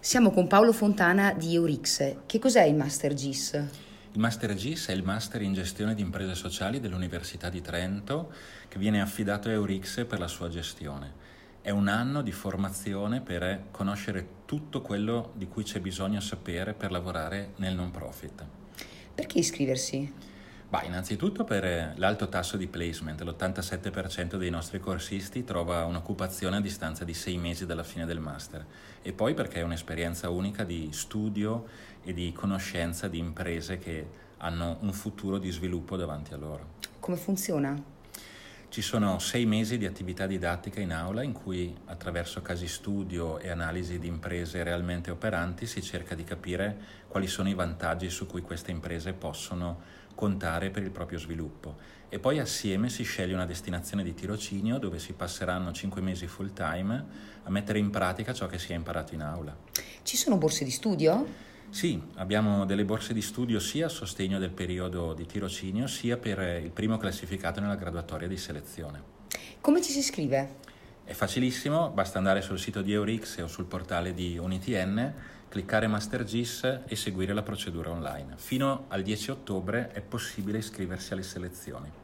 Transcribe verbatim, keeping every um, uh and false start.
Siamo con Paolo Fontana di Eurix. Che cos'è il Master G I S? Il Master G I S è il Master in Gestione di Imprese Sociali dell'Università di Trento che viene affidato a Eurix per la sua gestione. È un anno di formazione per conoscere tutto quello di cui c'è bisogno sapere per lavorare nel non profit. Perché iscriversi? Bah, innanzitutto per l'alto tasso di placement, l'ottantasette per cento dei nostri corsisti trova un'occupazione a distanza di sei mesi dalla fine del master, e poi perché è un'esperienza unica di studio e di conoscenza di imprese che hanno un futuro di sviluppo davanti a loro. Come funziona? Ci sono sei mesi di attività didattica in aula in cui, attraverso casi studio e analisi di imprese realmente operanti, si cerca di capire quali sono i vantaggi su cui queste imprese possono contare per il proprio sviluppo. E poi assieme si sceglie una destinazione di tirocinio dove si passeranno cinque mesi full time a mettere in pratica ciò che si è imparato in aula. Ci sono borse di studio? Sì, abbiamo delle borse di studio sia a sostegno del periodo di tirocinio sia per il primo classificato nella graduatoria di selezione. Come ci si iscrive? È facilissimo, basta andare sul sito di Eurix o sul portale di UniTN, cliccare Master G I S e seguire la procedura online. Fino al dieci ottobre è possibile iscriversi alle selezioni.